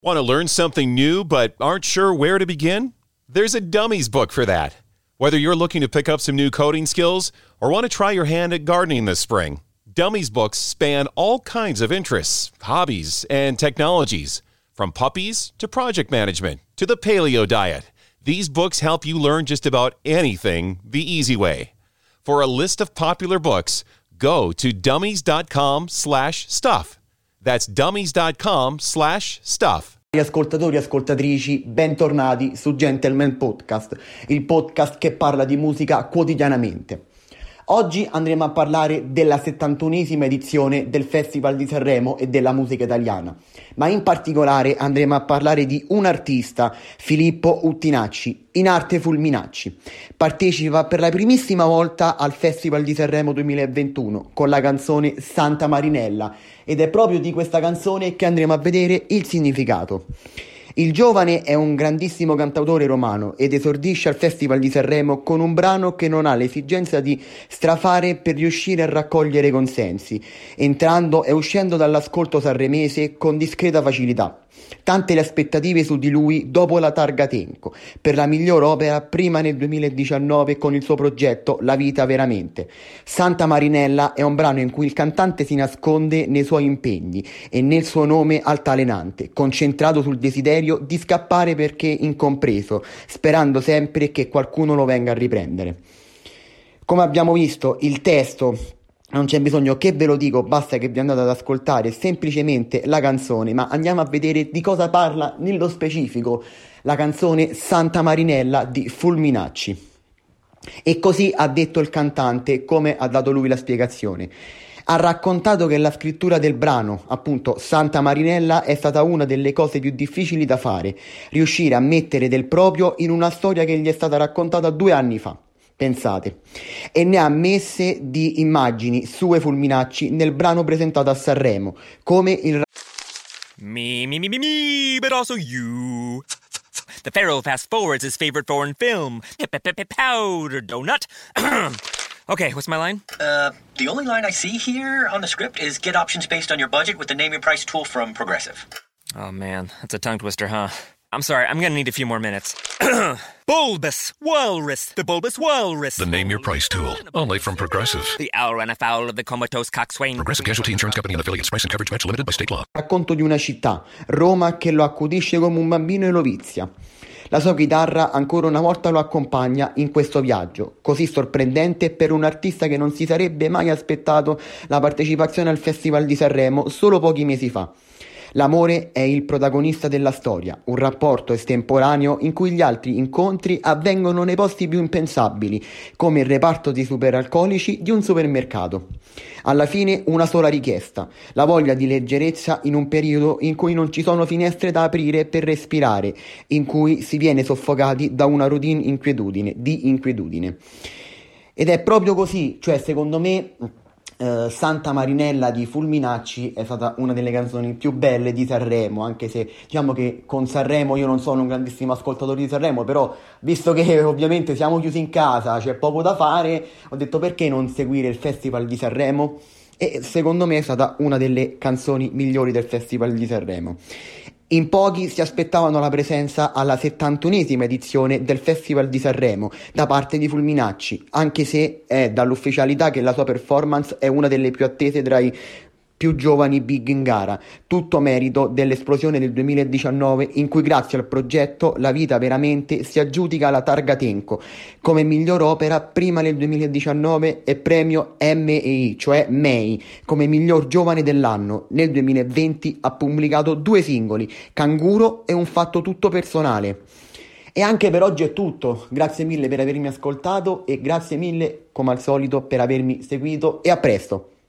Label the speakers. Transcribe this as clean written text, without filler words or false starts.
Speaker 1: Want to learn something new but aren't sure where to begin? There's a Dummies book for that. Whether you're looking to pick up some new coding skills or want to try your hand at gardening this spring, Dummies books span all kinds of interests, hobbies, and technologies. From puppies to project management to the paleo diet, these books help you learn just about anything the easy way. For a list of popular books, go to dummies.com/stuff. That's dummies.com/stuff.
Speaker 2: Ascoltatori e ascoltatrici, bentornati su Gentleman Podcast, il podcast che parla di musica quotidianamente. Oggi andremo a parlare della 71esima edizione del Festival di Sanremo e della musica italiana, ma in particolare andremo a parlare di un artista, Filippo Uttinacci, in arte Fulminacci. Partecipa per la primissima volta al Festival di Sanremo 2021 con la canzone Santa Marinella ed è proprio di questa canzone che andremo a vedere il significato. Il giovane è un grandissimo cantautore romano ed esordisce al Festival di Sanremo con un brano che non ha l'esigenza di strafare per riuscire a raccogliere consensi, entrando e uscendo dall'ascolto sanremese con discreta facilità. Tante le aspettative su di lui dopo la targa Tenco, per la miglior opera prima nel 2019 con il suo progetto La vita veramente. Santa Marinella è un brano in cui il cantante si nasconde nei suoi impegni e nel suo nome altalenante, concentrato sul desiderio di scappare perché incompreso, sperando sempre che qualcuno lo venga a riprendere. Come abbiamo visto, il testo... non c'è bisogno che ve lo dico, basta che vi andate ad ascoltare semplicemente la canzone, ma andiamo a vedere di cosa parla nello specifico la canzone Santa Marinella di Fulminacci. E così ha detto il cantante, come ha dato lui la spiegazione. Ha raccontato che la scrittura del brano, appunto Santa Marinella, è stata una delle cose più difficili da fare, riuscire a mettere del proprio in una storia che gli è stata raccontata 2 anni fa. Pensate, e ne ha messe di immagini sue Fulminacci nel brano presentato a Sanremo, come il
Speaker 3: Me, but also you. The Pharaoh fast forwards his favorite foreign film, Powder Donut. Okay, what's my line?
Speaker 4: The only line I see here on the script is get options based on your budget with the Name Your Price tool from Progressive.
Speaker 3: Oh man, that's a tongue twister, huh? I'm sorry, I'm gonna need a few more minutes. Bulbous Walrus, the Bulbous Walrus.
Speaker 5: The Name Your Price tool, only from Progressive.
Speaker 3: The owl ran afoul of the comatose coxswain.
Speaker 5: Progressive Casualty Insurance Company and affiliates. Price and coverage match limited by state law.
Speaker 2: racconto di una città, Roma, che lo accudisce come un bambino e lo vizia. La sua chitarra ancora una volta lo accompagna in questo viaggio, così sorprendente per un artista che non si sarebbe mai aspettato la partecipazione al Festival di Sanremo solo pochi mesi fa. L'amore è il protagonista della storia, un rapporto estemporaneo in cui gli altri incontri avvengono nei posti più impensabili, come il reparto di superalcolici di un supermercato. Alla fine una sola richiesta, la voglia di leggerezza in un periodo in cui non ci sono finestre da aprire per respirare, in cui si viene soffocati da una routine di inquietudine. Ed è proprio così, cioè secondo me... Santa Marinella di Fulminacci è stata una delle canzoni più belle di Sanremo, anche se diciamo che con Sanremo io non sono un grandissimo ascoltatore di Sanremo, però visto che ovviamente siamo chiusi in casa, c'è poco da fare, ho detto perché non seguire il Festival di Sanremo, e secondo me è stata una delle canzoni migliori del Festival di Sanremo. In pochi si aspettavano la presenza alla 71esima edizione del Festival di Sanremo da parte di Fulminacci, anche se è dall'ufficialità che la sua performance è una delle più attese tra i più giovani big in gara, tutto merito dell'esplosione del 2019 in cui grazie al progetto La vita veramente si aggiudica la targa Tenco come miglior opera prima nel 2019 e premio MEI, cioè MEI, come miglior giovane dell'anno. Nel 2020 ha pubblicato 2 singoli, Canguro e Un fatto tutto personale. E anche per oggi è tutto, grazie mille per avermi ascoltato e grazie mille come al solito per avermi seguito e a presto!